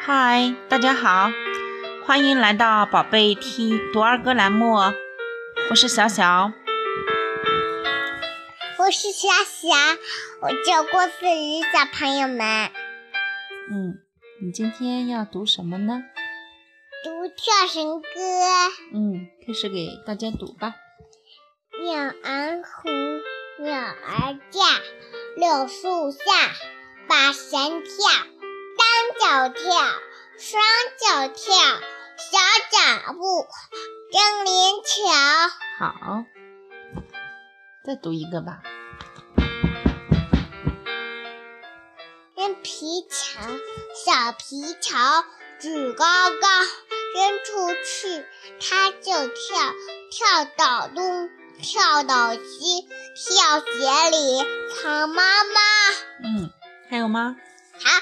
嗨，大家好，欢迎来到宝贝听读儿歌栏目，我是小小。 我是小小，我叫郭思雨小朋友们。 你今天要读什么呢？ 读跳绳歌。 开始给大家读吧。 鸟儿红，鸟儿叫，柳树下，把绳跳，单脚跳，双脚跳，小脚步，真灵巧。 好，再读一个吧。 扔皮球，小皮球举高高，扔出去它就跳，跳到东，跳到西，跳鞋里藏妈妈。 还有吗？ 好。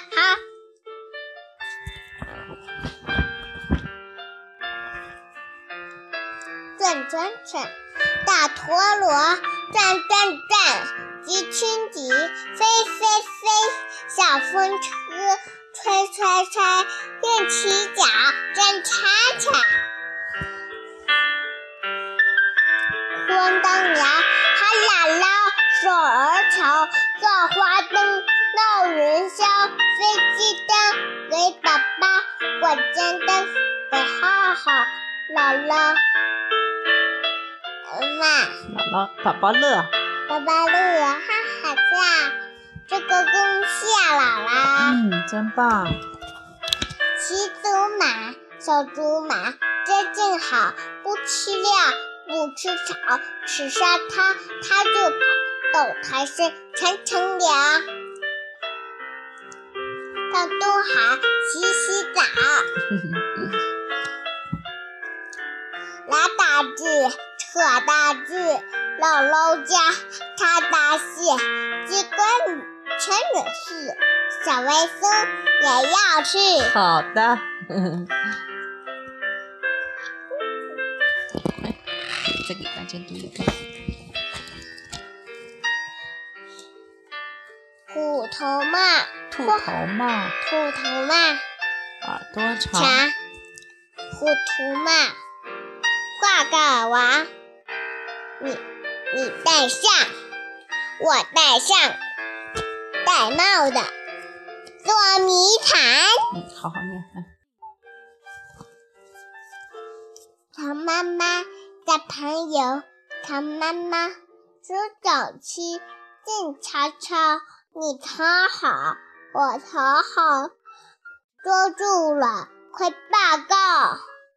转转转，大陀螺转转转，急轻急，飞飞飞，小风车吹吹吹，踮起脚真叉叉。咣当摇，哈啦啦，手儿巧，造花灯，闹元宵，飞机灯给爸爸，火箭灯给浩浩，姥姥宝宝乐， 爸爸乐，哈哈笑，这个更谢姥姥。 真棒。 骑走马，小竹马，这正好，不吃料，不吃草，吃沙它就跑，斗抬身成乘凉。到东海洗澡，拉大锯，扯大锯，姥姥家插大线，机关里全有事，小卫生也要去。 好的。再给大家读一个。 虎头帽， 兔头帽，耳朵长， 虎头帽，画个娃，你戴上，我戴上，戴帽的捉迷藏。 好好念。 唐妈妈的朋友，唐妈妈说早期静悄悄，你藏好，我藏好，捉住了快报告。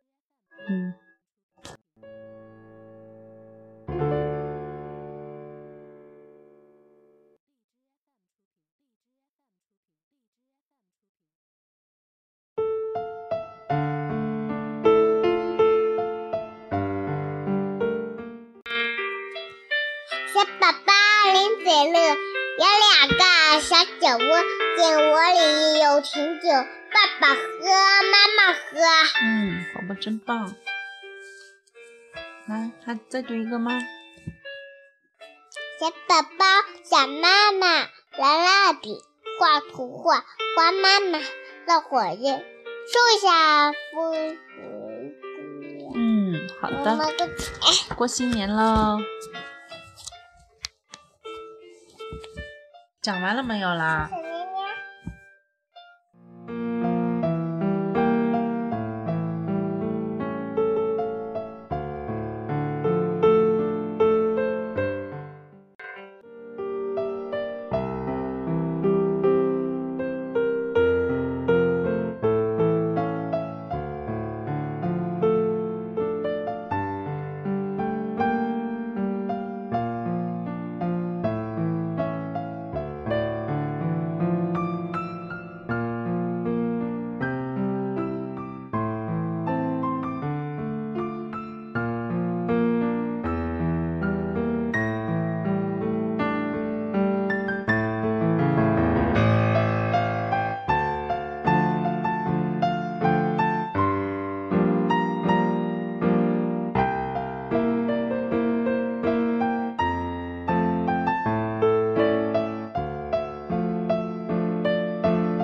小宝宝零嘴乐，有2个小酒窝，酒窝里有甜酒，爸爸喝，妈妈喝。 宝宝真棒。来，还再读一个吗？ 小宝宝，小妈妈，拿蜡笔，画图画，画妈妈，绕火焰，树下风。 好的。过新年喽。讲完了没有啦？